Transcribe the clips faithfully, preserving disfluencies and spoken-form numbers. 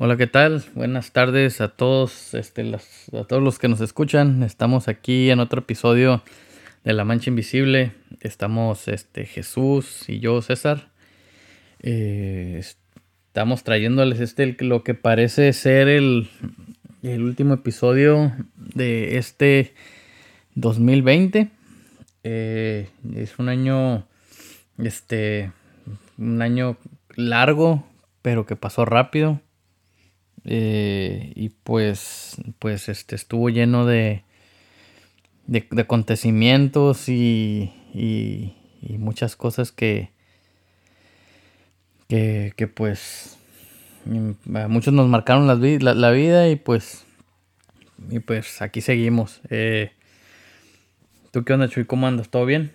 Hola, ¿qué tal? Buenas tardes a todos, este, las- a todos los que nos escuchan. Estamos aquí en otro episodio de La Mancha Invisible. Estamos, este, Jesús y yo, César. Eh, es- estamos trayéndoles este, el- lo que parece ser el, el último episodio de este dos mil veinte. Eh, es un año, este, un año largo, pero que pasó rápido. Eh, y pues, pues este estuvo lleno de, de, de acontecimientos y, y, y muchas cosas que, que, que pues mm, a muchos nos marcaron las vi- la, la vida y pues, y pues aquí seguimos. Eh, ¿tú qué onda, Chuy? ¿Cómo andas? ¿Todo bien?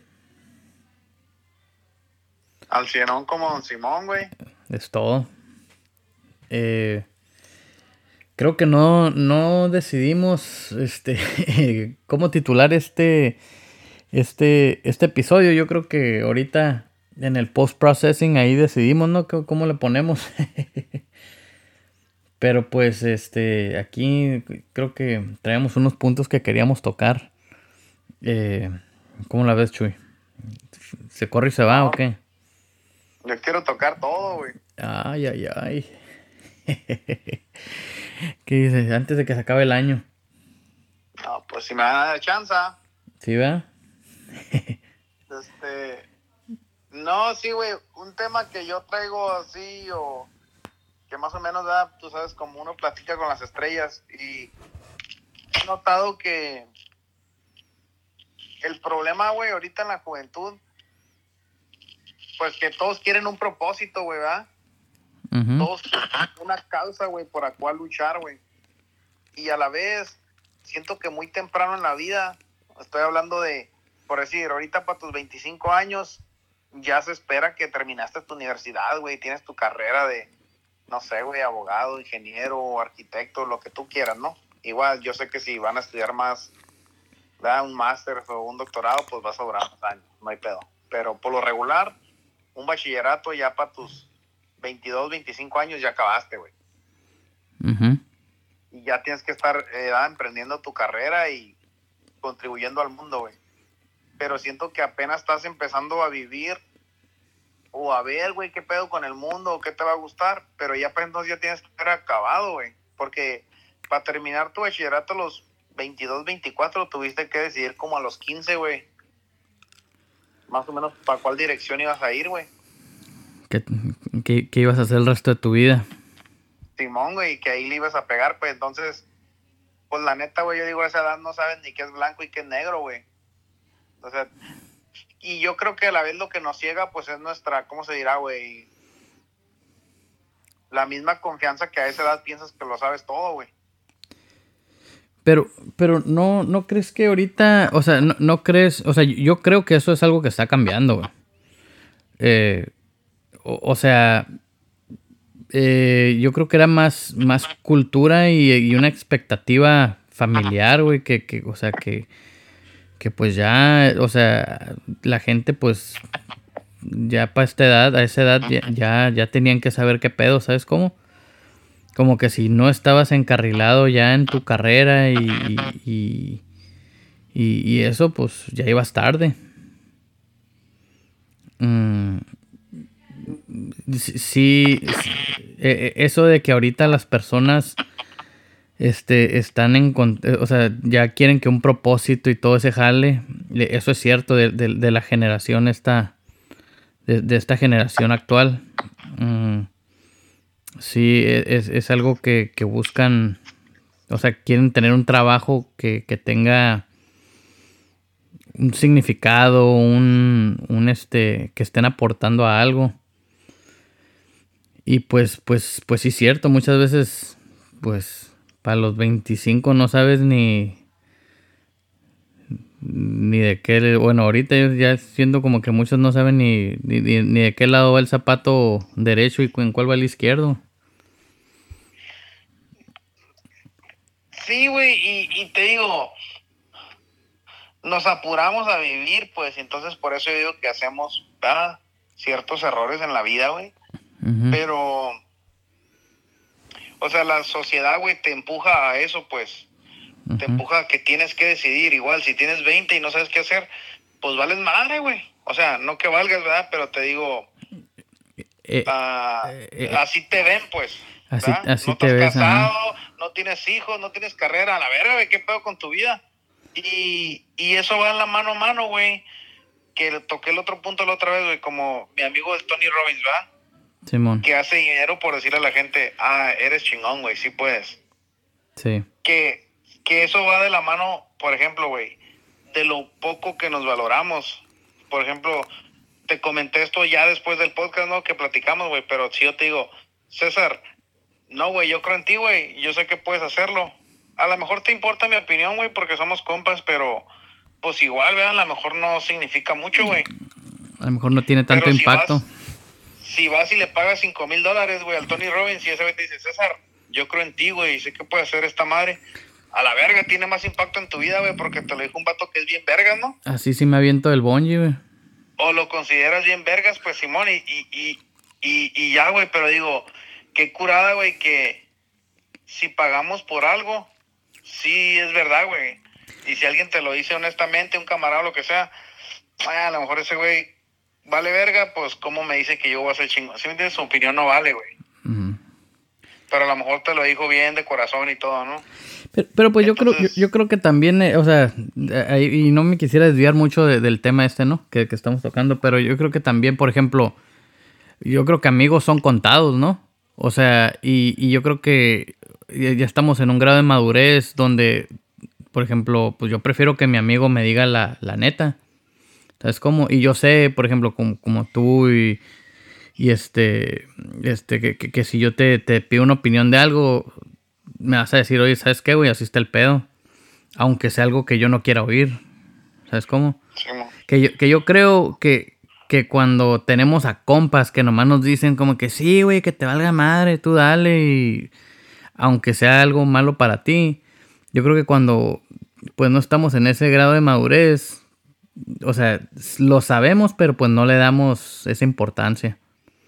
Al cienón como Don Simón, güey. Es todo. Eh, Creo que no, no decidimos este cómo titular este, este, este episodio. Yo creo que ahorita en el post-processing ahí decidimos, ¿no? ¿Cómo cómo le ponemos? Pero pues este aquí creo que traíamos unos puntos que queríamos tocar. Eh, ¿Cómo la ves, Chuy? ¿Se corre y se va o No, qué? yo quiero tocar todo, güey. Ay, ay, ay. ¿Qué dices? Antes de que se acabe el año. No, pues si me van a dar chance, ¿Sí, va? este... No, sí, güey, un tema que yo traigo así o que más o menos da, tú sabes, como uno platica con las estrellas y he notado que el problema, güey, ahorita en la juventud, pues que todos quieren un propósito, güey, ¿verdad? Ujú. Todos quieren una causa, güey, por la cual luchar, güey. Y a la vez siento que muy temprano en la vida, estoy hablando de, por decir, ahorita para tus veinticinco años, ya se espera que terminaste tu universidad, güey, tienes tu carrera de, no sé, güey, abogado, ingeniero, arquitecto, lo que tú quieras, ¿no? Igual, yo sé que si van a estudiar más, ¿verdad? Un máster o un doctorado, pues va a sobrar más años, no hay pedo. Pero por lo regular, un bachillerato ya para tus veintidós, veinticinco años ya acabaste, güey. Ujú. Y ya tienes que estar eh, emprendiendo tu carrera y contribuyendo al mundo, güey. Pero siento que apenas estás empezando a vivir o a ver, güey, qué pedo con el mundo o qué te va a gustar, pero ya pues entonces ya tienes que estar acabado, güey. Porque para terminar tu bachillerato a los veintidós, veinticuatro tuviste que decidir como a los quince, güey. Más o menos para cuál dirección ibas a ir, güey. ¿Qué, qué- qué ibas a hacer el resto de tu vida? Simón, güey, que ahí le ibas a pegar, pues entonces, pues la neta, güey, yo digo, a esa edad no sabes ni qué es blanco y qué es negro, güey. O sea, y yo creo que a la vez lo que nos ciega, pues es nuestra, ¿cómo se dirá, güey? La misma confianza que a esa edad piensas que lo sabes todo, güey. Pero, pero no, no crees que ahorita, o sea, no, no crees, o sea, yo creo que eso es algo que está cambiando, güey. Eh, o, o sea, eh, yo creo que era más, más cultura y, y una expectativa familiar, güey, que, que, o sea, que, que pues ya, o sea, la gente pues ya para esta edad, a esa edad ya, ya, ya tenían que saber qué pedo, ¿sabes cómo? Como que si no estabas encarrilado ya en tu carrera y, y, y, y eso, pues ya ibas tarde. Mm, sí, sí, eh, eso de que ahorita las personas este, están en, con- eh, o sea, ya quieren que un propósito y todo ese jale, le- eso es cierto de, de- de la generación esta, de, de esta generación actual. Mm, sí, e- es, es algo que, que buscan, o sea, quieren tener un trabajo que, que tenga un significado, un, un este, que estén aportando a algo. Y pues, pues, pues sí, cierto, muchas veces, pues, para los veinticinco no sabes ni, ni de qué, bueno, ahorita yo ya siento como que muchos no saben ni, ni, ni- ni de qué lado va el zapato derecho y en cuál va el izquierdo. Sí, güey, y, y te digo, nos apuramos a vivir, pues, entonces por eso yo digo que hacemos ah, ciertos errores en la vida, güey. Ujú. Pero O sea, la sociedad, güey, te empuja a eso, pues. Uh-huh. Te empuja a que tienes que decidir. Igual, si tienes veinte y no sabes qué hacer, pues vales madre, güey. O sea, no que valgas, ¿verdad? Pero te digo, eh, uh, eh, eh, así te ven, pues. Así, así no te estás ves, casado, ajá. No tienes hijos, no tienes carrera. A la verga, güey, ¿qué pedo con tu vida? Y, y eso va en la mano a mano, güey. Que toqué el otro punto la otra vez, güey, como mi amigo el Tony Robbins, ¿verdad? Simón. Que hace dinero por decirle a la gente, ah, eres chingón, güey, sí puedes. Sí. Que, que eso va de la mano, por ejemplo, güey, de lo poco que nos valoramos. Por ejemplo, te comenté esto ya después del podcast, ¿no? Que platicamos, güey, pero si yo te digo, César, no, güey, yo creo en ti, güey, yo sé que puedes hacerlo. A lo mejor te importa mi opinión, güey, porque somos compas, pero pues igual, vean, a lo mejor no significa mucho, güey. A lo mejor no tiene tanto pero impacto. Si vas, si vas y le pagas cinco mil dólares, güey, al Tony Robbins y ese güey te dice, César, yo creo en ti, güey, y sé que puede hacer esta madre. A la verga, tiene más impacto en tu vida, güey, porque te lo dijo un vato que es bien vergas, ¿no? Así sí me aviento el bungee, güey. O lo consideras bien vergas, pues, Simón, y, y, y, y, y ya, güey, pero digo, qué curada, güey, que si pagamos por algo, sí es verdad, güey. Y si alguien te lo dice honestamente, un camarada o lo que sea, ay, a lo mejor ese güey vale verga, pues, ¿cómo me dice que yo voy a ser chingón? ¿Sí me entiendes? Su opinión no vale, güey. Uh-huh. Pero a lo mejor te lo dijo bien de corazón y todo, ¿no? Pero, pero pues Entonces, yo creo yo, yo creo que también, eh, o sea, eh, y no me quisiera desviar mucho de, del tema este, ¿no? Que, que estamos tocando, pero yo creo que también, por ejemplo, yo creo que amigos son contados, ¿no? O sea, y, y yo creo que ya estamos en un grado de madurez donde, por ejemplo, pues yo prefiero que mi amigo me diga la, la neta. ¿Sabes cómo? Y yo sé, por ejemplo, como, como tú y, y este, este que, que, que si yo te, te pido una opinión de algo, me vas a decir, oye, ¿sabes qué, güey? Así está el pedo. Aunque sea algo que yo no quiera oír. ¿Sabes cómo? Sí, no. Que yo, que yo creo que, que cuando tenemos a compas que nomás nos dicen como que sí, güey, que te valga madre, tú dale, y aunque sea algo malo para ti, yo creo que cuando pues no estamos en ese grado de madurez, o sea, lo sabemos, pero pues no le damos esa importancia.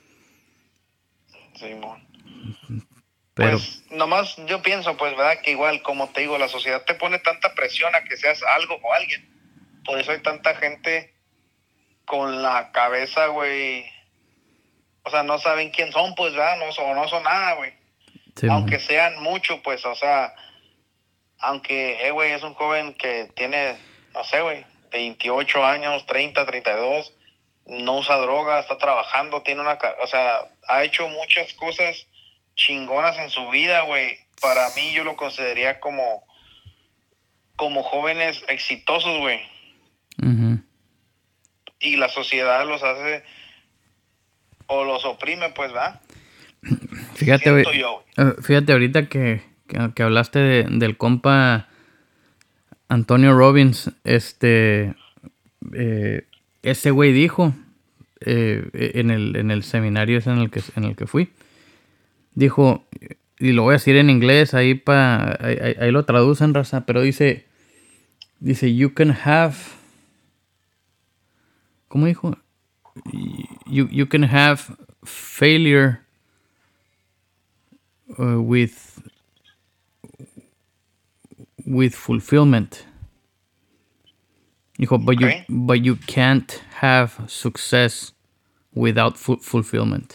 Sí, mon. Pero pues nomás yo pienso, pues, ¿verdad? Que igual, como te digo, la sociedad te pone tanta presión a que seas algo o alguien. Por eso hay tanta gente con la cabeza, güey. O sea, no saben quién son, pues, ¿verdad? No son, no son nada, güey. Sí, aunque man. Sean mucho, pues, o sea, aunque, eh, güey, es un joven que tiene, no sé, güey, veintiocho años, treinta, treinta y dos, no usa droga, está trabajando, tiene una, o sea, ha hecho muchas cosas chingonas en su vida, güey. Para mí yo lo consideraría como, como jóvenes exitosos, güey. Uh-huh. Y la sociedad los hace o los oprime, pues, ¿verdad? Fíjate, güey, fíjate ahorita que, que, que hablaste de, del compa Antonio Robbins, este, eh, ese güey dijo eh, en el en el seminario ese en el que en el que fui, dijo, y lo voy a decir en inglés ahí pa ahí, ahí, ahí lo traducen, raza, pero dice dice you can have, ¿cómo dijo? You you can have failure uh, with with fulfillment. Dijo, but okay. you but you can't have success without fu- fulfillment.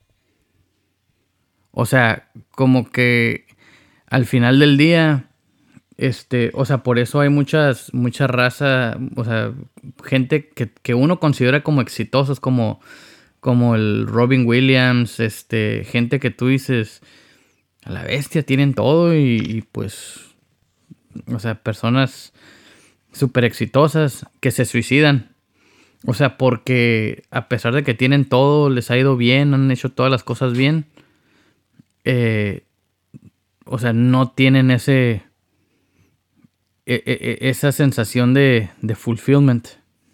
O sea, como que al final del día, este, o sea, por eso hay muchas, mucha raza, o sea, gente que, que uno considera como exitosos, como, como el Robin Williams, este, gente que tú dices, a la bestia, tienen todo y, y pues, o sea, personas súper exitosas que se suicidan. O sea, porque a pesar de que tienen todo, les ha ido bien, han hecho todas las cosas bien, eh, o sea, no tienen ese e, e, esa sensación de, de fulfillment.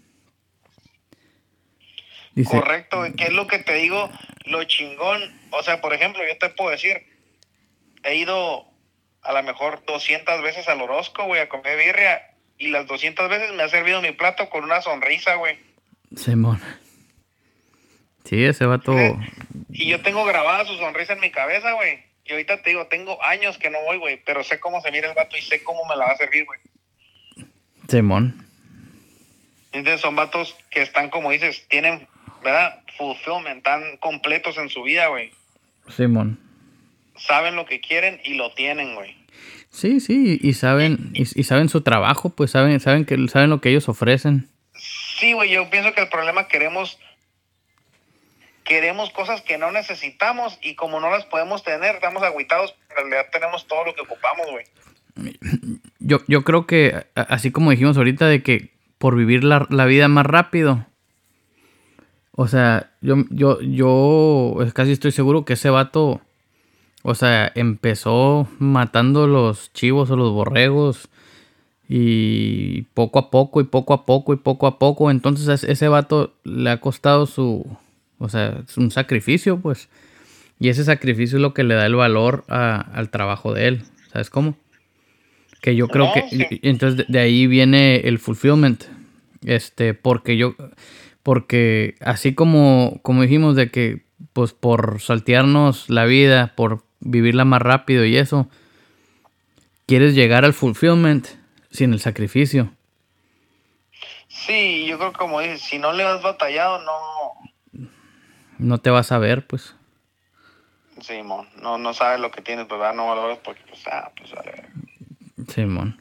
Dice, correcto, ¿qué es lo que te digo? Lo chingón, o sea, por ejemplo, yo te puedo decir, he ido a lo mejor doscientas veces al Orozco, güey, a comer birria, y las doscientas veces me ha servido mi plato con una sonrisa, güey. Simón. Sí, ese vato. Y yo tengo grabada su sonrisa en mi cabeza, güey. Y ahorita te digo, tengo años que no voy, güey, pero sé cómo se mira el vato y sé cómo me la va a servir, güey. Simón. Entonces son vatos que están, como dices, tienen, ¿verdad? Fulfillment, están completos en su vida, güey. Simón. Saben lo que quieren y lo tienen, güey. Sí, sí, y saben, y, y saben su trabajo, pues saben, saben que saben lo que ellos ofrecen. Sí, güey, yo pienso que el problema queremos queremos cosas que no necesitamos y como no las podemos tener, estamos agüitados, pero en realidad tenemos todo lo que ocupamos, güey. Yo, yo creo que, así como dijimos ahorita, de que por vivir la, la vida más rápido, o sea, yo, yo, yo casi estoy seguro que ese vato, o sea, empezó matando los chivos o los borregos y poco a poco y poco a poco y poco a poco, entonces a ese vato le ha costado su, o sea, es un sacrificio, pues, y ese sacrificio es lo que le da el valor a, al trabajo de él, ¿sabes cómo? Que yo creo No, que, sí. entonces de, de ahí viene el fulfillment, este, porque yo, porque así como, como dijimos de que, pues por saltearnos la vida, por vivirla más rápido y eso, quieres llegar al fulfillment sin el sacrificio. Sí, yo creo que como dices, si no le has batallado, no... No te vas a ver, pues. Simón, sí, no, no sabes lo que tienes, ¿verdad? No valoras porque, pues, ah, pues, a ver. Simón.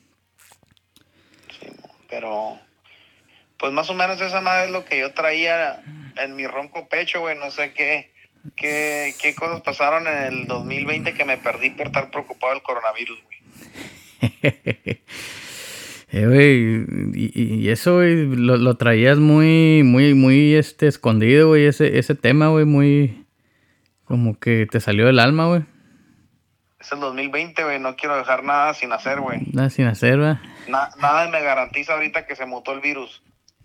Sí, pero, pues más o menos esa madre es lo que yo traía en mi ronco pecho, güey. No sé qué, qué, qué cosas pasaron en el dos mil veinte que me perdí por estar preocupado del coronavirus, güey. eh, güey, y, y eso, güey, lo, lo traías muy, muy, muy, este, escondido, güey, ese, ese tema, güey, muy, como que te salió del alma, güey. Es el dos mil veinte, güey, no quiero dejar nada sin hacer, güey. Nada sin hacer, ¿verdad? Na, nada me garantiza ahorita que se mutó el virus.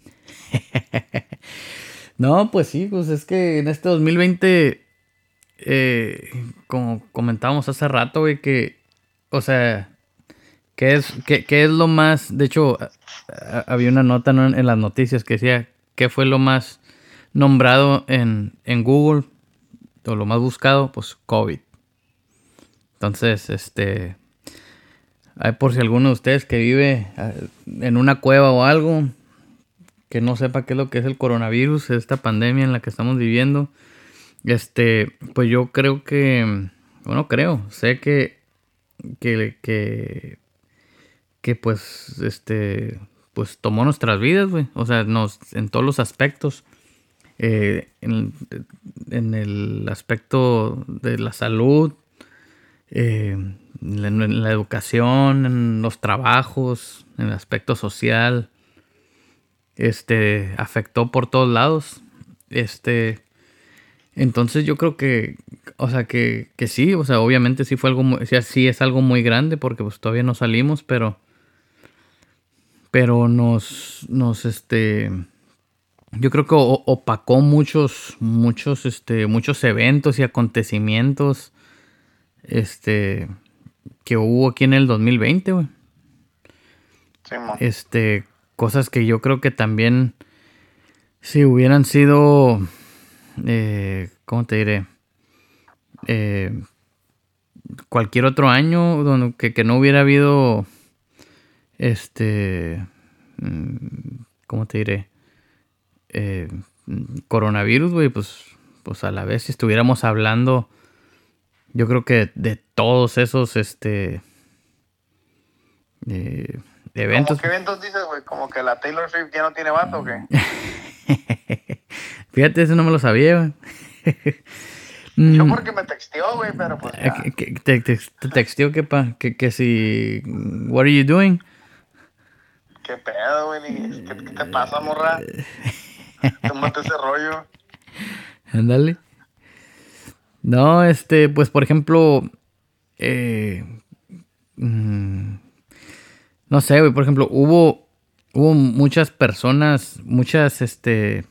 No, pues sí, pues es que en este dos mil veinte, eh, como comentábamos hace rato, güey, que, o sea, ¿qué es, qué, qué es lo más? De hecho, a, a, había una nota, ¿no?, en, en las noticias que decía, ¿qué fue lo más nombrado en, en Google? O lo más buscado, pues COVID. Entonces, este, hay por si alguno de ustedes que vive en una cueva o algo, que no sepa qué es lo que es el coronavirus, esta pandemia en la que estamos viviendo, este, pues yo creo que, bueno, creo, sé que, que, que, que pues, este, pues tomó nuestras vidas, güey, o sea, nos, en todos los aspectos, eh, en, en el aspecto de la salud, eh, en, la, en la educación, en los trabajos, en el aspecto social, este, afectó por todos lados, este, entonces yo creo que, o sea, que, que sí, o sea, obviamente sí fue algo, muy, o sea, sí es algo muy grande porque pues todavía no salimos, pero, pero nos, nos, este, yo creo que opacó muchos, muchos, este, muchos eventos y acontecimientos, este, que hubo aquí en el dos mil veinte, güey. Sí, man. Este, cosas que yo creo que también, si hubieran sido, eh, ¿cómo te diré? Eh, cualquier otro año donde, que, que no hubiera habido, este, ¿cómo te diré? Eh, coronavirus, güey, pues, pues a la vez si estuviéramos hablando, yo creo que de todos esos, este, eh, eventos. ¿Cómo qué eventos dices, güey? ¿Como que la Taylor Swift ya no tiene vato o qué? Fíjate, eso no me lo sabía, güey. Yo porque me texteó, güey, pero pues ya. ¿Te, te, te, te texteó que, pa, que, que si... What are you doing? ¿Qué pedo, güey? ¿Qué, ¿Qué te pasa, morra? Tómate ese rollo. Ándale. No, este, pues por ejemplo, eh, mmm, no sé, güey, por ejemplo, hubo, hubo muchas personas, muchas, este,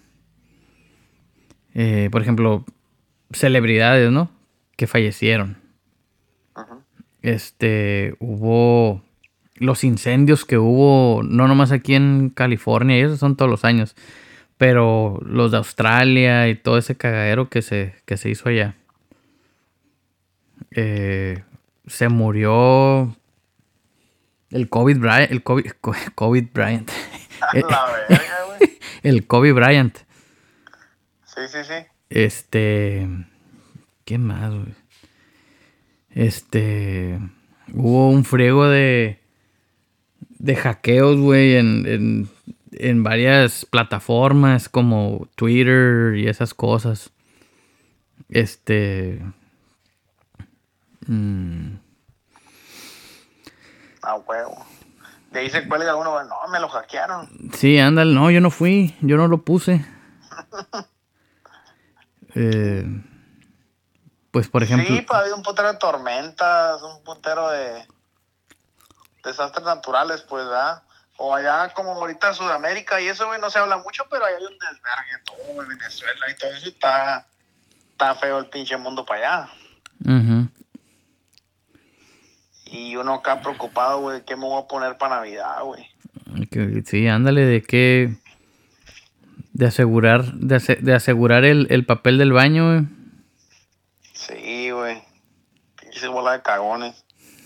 eh, por ejemplo, celebridades, ¿no? Que fallecieron. Uh-huh. Este, hubo los incendios que hubo, no nomás aquí en California, y esos son todos los años, pero los de Australia y todo ese cagadero que se, que se hizo allá. eh, se murió el Kobe Bryant, el Kobe, Kobe Bryant. La verga, güey. El Kobe Bryant. Sí, sí, sí. Este, ¿qué más, güey? Este, hubo un friego de de hackeos, güey, en, en, en varias plataformas como Twitter y esas cosas. Este... Mmm, Ah, huevo. De ahí se cuelga uno, güey. No, me lo hackearon. sí, ándale. No, yo no fui. Yo no lo puse. eh, pues, por ejemplo... Sí, pues ha habido un putero de tormentas, un putero de desastres naturales, pues, ¿verdad? O allá como ahorita en Sudamérica y eso, güey, no se habla mucho, pero ahí hay un desvergue, todo, güey, Venezuela y todo eso. Está, está feo el pinche mundo para allá. Uh-huh. Y uno acá preocupado, güey, ¿qué me voy a poner para Navidad, güey? Que, sí, ándale, de que... De asegurar, de, ase, de asegurar el, el papel del baño, güey. Sí, güey. Pinche bola de cagones.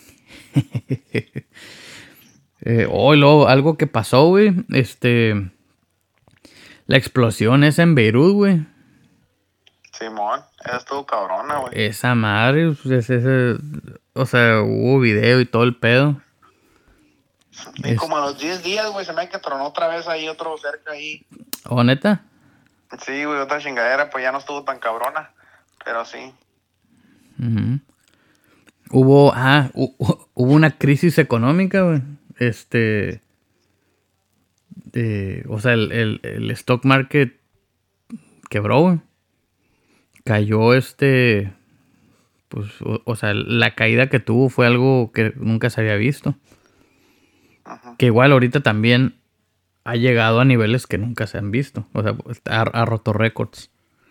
eh, oh, y luego, algo que pasó, güey. Este... La explosión esa en Beirut, güey. Simón, esa estuvo cabrona, güey. Esa madre, pues, ese, o sea, hubo video y todo el pedo. Y es... como a los diez días, güey, se me que tronó otra vez ahí, otro cerca ahí. ¿Oh, neta? Sí, güey, otra chingadera, pues ya no estuvo tan cabrona, pero sí. Uh-huh. Hubo, ah, hu- hubo una crisis económica, güey. Este, eh, o sea, el, el, el stock market quebró, güey. Cayó este, pues, o, o sea, la caída que tuvo fue algo que nunca se había visto. Uh-huh. Que igual ahorita también ha llegado a niveles que nunca se han visto. O sea, ha, ha roto récords.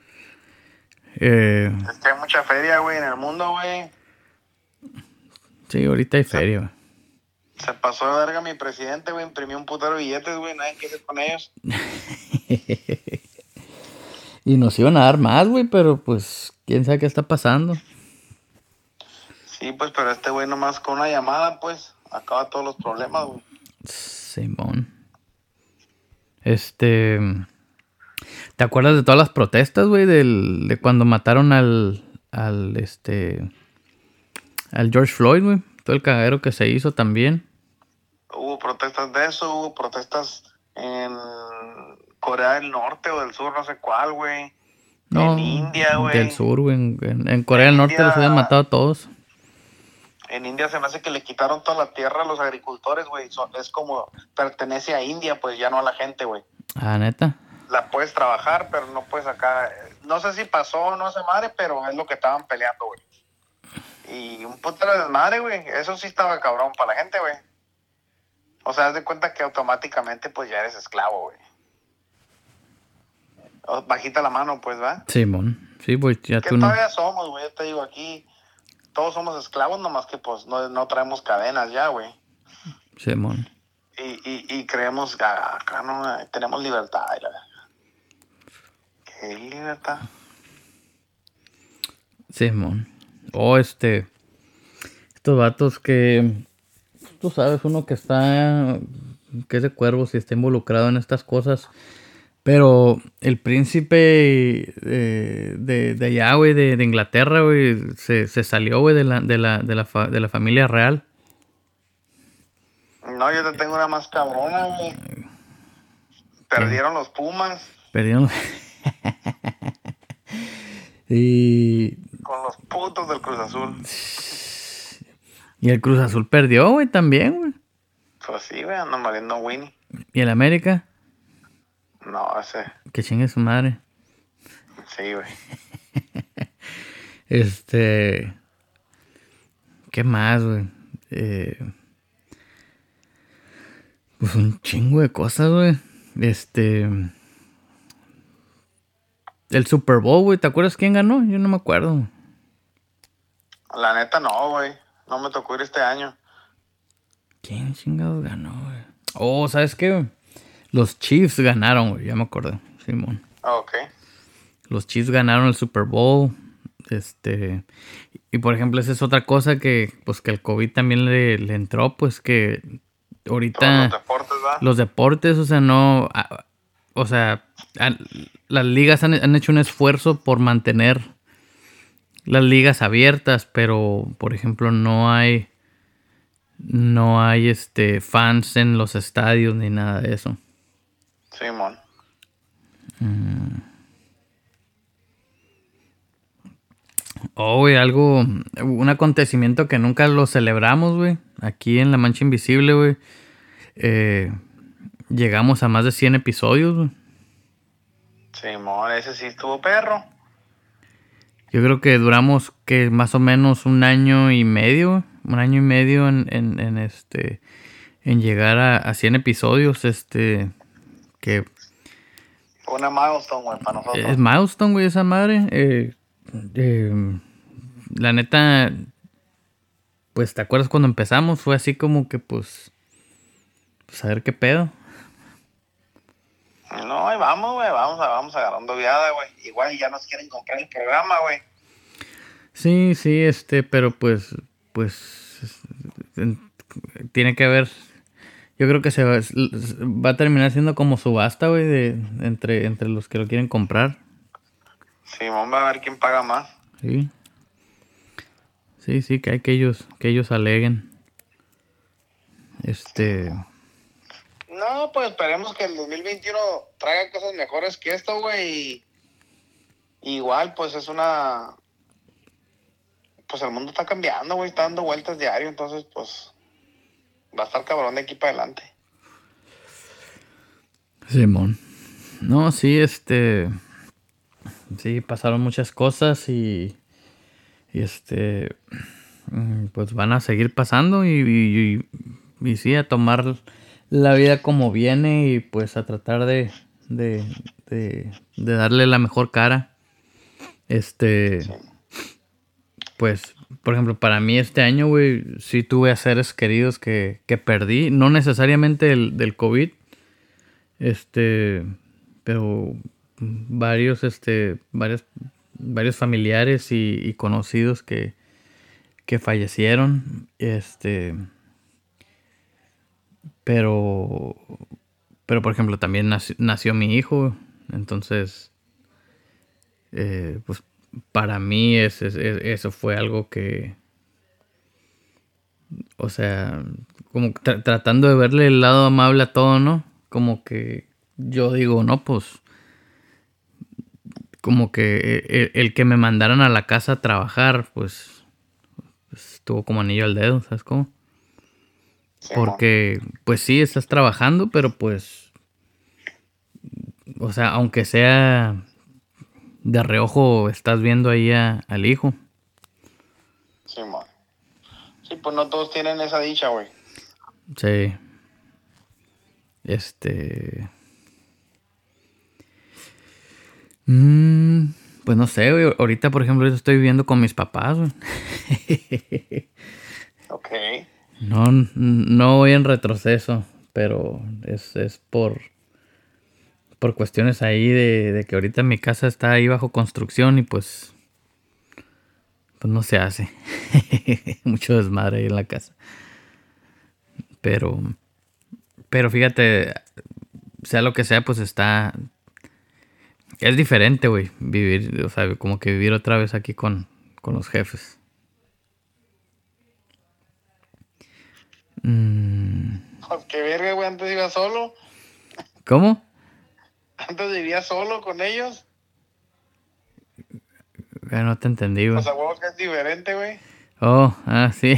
Eh, es que hay mucha feria, güey, en el mundo, güey. Sí, ahorita hay feria, güey. Se pasó de verga mi presidente, güey. Imprimió un putero de billetes, güey. Nadie quiere hacer con ellos. Y nos iban a dar más, güey, pero pues, quién sabe qué está pasando. Sí, pues, pero este güey nomás con una llamada, pues, acaba todos los problemas, güey. Simón. Este... ¿Te acuerdas de todas las protestas, güey? Del, de cuando mataron al... Al, este... Al George Floyd, güey. Todo el cagadero que se hizo también. Hubo protestas de eso, hubo protestas en Corea del Norte o del Sur, no sé cuál, güey. No, en India, güey. Del Sur, güey. En, en Corea del Norte India, los habían matado a todos. En India se me hace que le quitaron toda la tierra a los agricultores, güey. Es como, pertenece a India, pues ya no a la gente, güey. Ah, ¿neta? La puedes trabajar, pero no puedes acá. No sé si pasó o no se madre, pero es lo que estaban peleando, güey. Y un putero de desmadre, güey. Eso sí estaba cabrón para la gente, güey. O sea, haz de cuenta que automáticamente, pues ya eres esclavo, güey. Bajita la mano, pues, ¿va? Simón. Sí, pues ya que tú todavía no... somos, güey. Yo te digo, aquí todos somos esclavos, nomás que, pues, no, no traemos cadenas ya, güey. Simón. Y, y, y creemos que acá no tenemos libertad. ¿Qué libertad? Simón. O oh, este... Estos vatos que... Tú sabes, uno que está... Que es de cuervos y está involucrado en estas cosas. Pero el príncipe eh, de, de allá, güey, de, de Inglaterra, güey, se, se salió, güey, de la, de, la, de, la fa, de la familia real. No, yo te tengo una más cabrona, güey. Perdieron los Pumas. Perdieron los... y... Con los putos del Cruz Azul. Y el Cruz Azul perdió, güey, también, güey. Pues sí, güey, andan valiendo Winnie. ¿Y el América? No, ese. Que chingue su madre. Sí, güey. este... ¿Qué más, güey? Eh... Pues un chingo de cosas, güey. Este... El Super Bowl, güey. ¿Te acuerdas quién ganó? Yo no me acuerdo. La neta no, güey. No me tocó ir este año. ¿Quién chingados ganó, güey? Oh, ¿sabes qué? Los Chiefs ganaron, güey. Ya me acordé. Simón. Ah, ok. Los Chiefs ganaron el Super Bowl. Este, y por ejemplo, esa es otra cosa que, pues que el COVID también le, le entró, pues que ahorita Todos los deportes, ¿verdad? los deportes, o sea, no, a- o sea, a- las ligas han, han hecho un esfuerzo por mantener las ligas abiertas, pero por ejemplo no hay, no hay este fans en los estadios ni nada de eso. Simón. Oh, güey, algo, un acontecimiento que nunca lo celebramos, güey. Aquí en La Mancha Invisible, güey. Eh, llegamos a más de cien episodios, güey. Simón, ese sí estuvo perro. Yo creo que duramos que más o menos un año y medio, güey, un año y medio en, en, en este, en llegar a, a cien episodios, este, que Fue una milestone, güey, para nosotros. es milestone, güey, esa madre. Eh, eh, la neta, pues, ¿te acuerdas cuando empezamos? Fue así como que, pues, pues a ver qué pedo. No, ahí vamos, güey, vamos, a- vamos agarrando viada, güey. Igual ya nos quieren comprar el programa, güey. Sí, sí, este, pero pues, pues, en- tiene que haber, yo creo que se va, va a terminar siendo como subasta, güey, de, entre, entre los que lo quieren comprar, Simón va a ver quién paga más. sí, sí, sí, que hay que ellos, que ellos aleguen, este, No, pues esperemos que el dos mil veintiuno traiga cosas mejores que esto, güey. y Igual, pues es una... Pues el mundo está cambiando, güey, está dando vueltas diario, entonces, pues, va a estar cabrón de aquí para adelante. Simón, no, sí, este, sí, pasaron muchas cosas y, y este, mm, pues van a seguir pasando y, y, y, y sí, a tomar la vida como viene y pues a tratar de, de, de, de darle la mejor cara. Este, Sí. pues, por ejemplo, para mí este año, güey, sí tuve a seres queridos que, que perdí, no necesariamente el, del COVID, este, pero varios, este, varios, varios familiares y, y conocidos que, que fallecieron, este, pero, pero por ejemplo también nació, nació mi hijo, entonces, eh, pues para mí es, es- es- eso fue algo que, o sea, como tra- tratando de verle el lado amable a todo, ¿no? Como que yo digo, no, pues como que el, el que me mandaran a la casa a trabajar, pues, pues, estuvo como anillo al dedo, ¿sabes cómo? Simón. Porque, pues sí, estás trabajando, pero pues, o sea, aunque sea de reojo, estás viendo ahí a- al hijo. Simón. Sí, pues no todos tienen esa dicha, güey. Sí. Este... Mm, pues no sé, güey. Ahorita, por ejemplo, yo estoy viviendo con mis papás, güey. Ok. No, no voy en retroceso, pero es, es por, por cuestiones ahí de, de que ahorita mi casa está ahí bajo construcción y pues, pues no se hace. Mucho desmadre ahí en la casa. Pero, pero fíjate, sea lo que sea, pues está... Es diferente, güey, vivir, o sea, como que vivir otra vez aquí con, con los jefes. Mm, Pues qué verga, güey, antes iba solo. ¿Cómo? Antes vivía solo con ellos. Ya no te entendí, güey. Pues a huevo que es diferente, güey. Oh, ah, sí.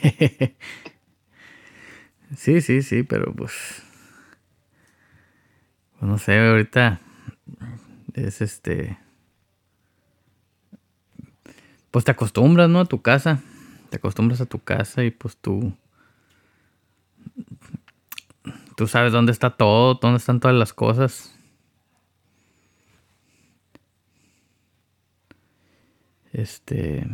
Sí, sí, sí, pero pues... pues no sé, ahorita es este... Pues te acostumbras, ¿no? A tu casa. Te acostumbras a tu casa y pues tú... Tú sabes dónde está todo, dónde están todas las cosas. Este...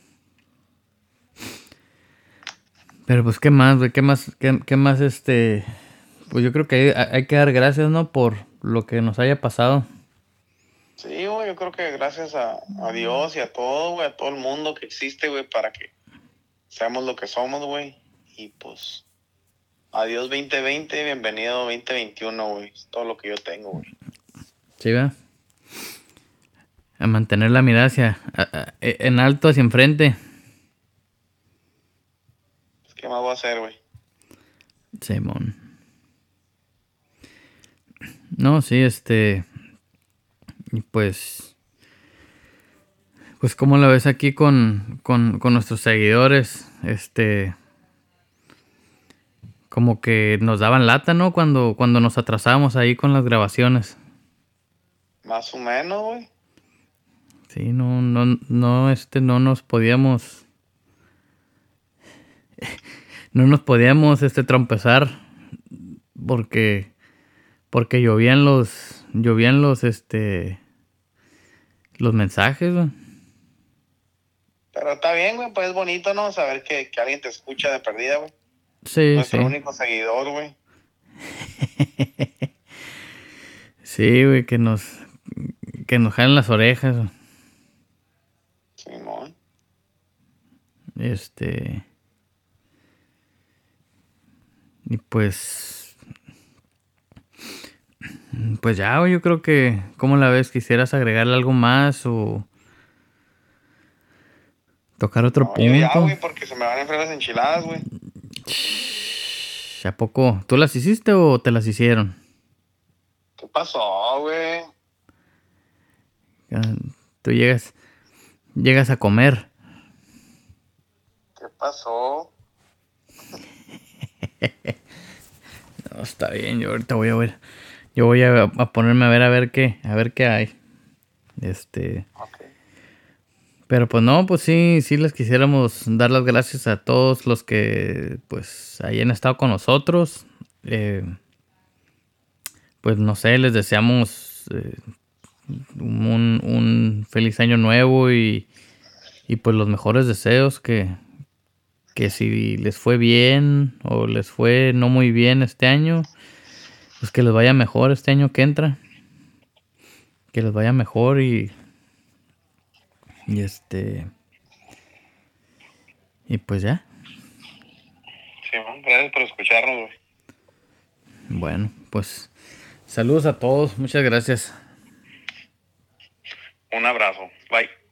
Pero pues, ¿qué más, güey? ¿Qué más, qué, qué más, este... Pues yo creo que hay, hay que dar gracias, ¿no? Por lo que nos haya pasado. Sí, güey. güey, yo creo que gracias a, a Dios y a todo, güey, a todo el mundo que existe, güey, para que seamos lo que somos, güey. Y pues, adiós veinte veinte, bienvenido veinte veintiuno, güey. Es todo lo que yo tengo, güey. Sí, va. A mantener la mirada hacia, a- a- en alto hacia enfrente. ¿Qué más voy a hacer, güey? Simón. No, sí, este... Y pues... Pues cómo la ves aquí con, con, con nuestros seguidores. Este... Como que nos daban lata, ¿no? Cuando, cuando nos atrasábamos ahí con las grabaciones. Más o menos, güey. Sí, no, no, no, este, no nos podíamos... No nos podíamos, este, trompezar. Porque... Porque llovían los... Llovían los, este... Los mensajes, güey. Pero está bien, güey, pues es bonito, ¿no? Saber que, que alguien te escucha de perdida, güey. Sí, Nuestro sí. único seguidor, güey. Sí, güey, que nos... Que nos jalen las orejas, güey. Simón. Este... Y pues... Pues ya, güey, yo creo que... ¿Cómo la ves? ¿Quisieras agregarle algo más o... Tocar otro No, yo ya, punto? güey, porque se me van a enfriar las enchiladas, güey. ¿A poco? ¿Tú las hiciste o te las hicieron? ¿Qué pasó, güey? Ah, Tú llegas... Llegas a comer. ¿Qué pasó? No, está bien, yo ahorita voy a ver. Yo voy a, a ponerme a ver a ver qué, a ver qué hay. Este, Ok. pero pues no, pues sí, sí les quisiéramos dar las gracias a todos los que pues hayan estado con nosotros. Eh, pues no sé, les deseamos eh, un, un feliz año nuevo y, y pues los mejores deseos que, que si les fue bien o les fue no muy bien este año, pues que les vaya mejor este año que entra. Que les vaya mejor y... Y este... Y pues ya. Simón, gracias por escucharnos, güey. Bueno, pues... Saludos a todos. Muchas gracias. Un abrazo. Bye.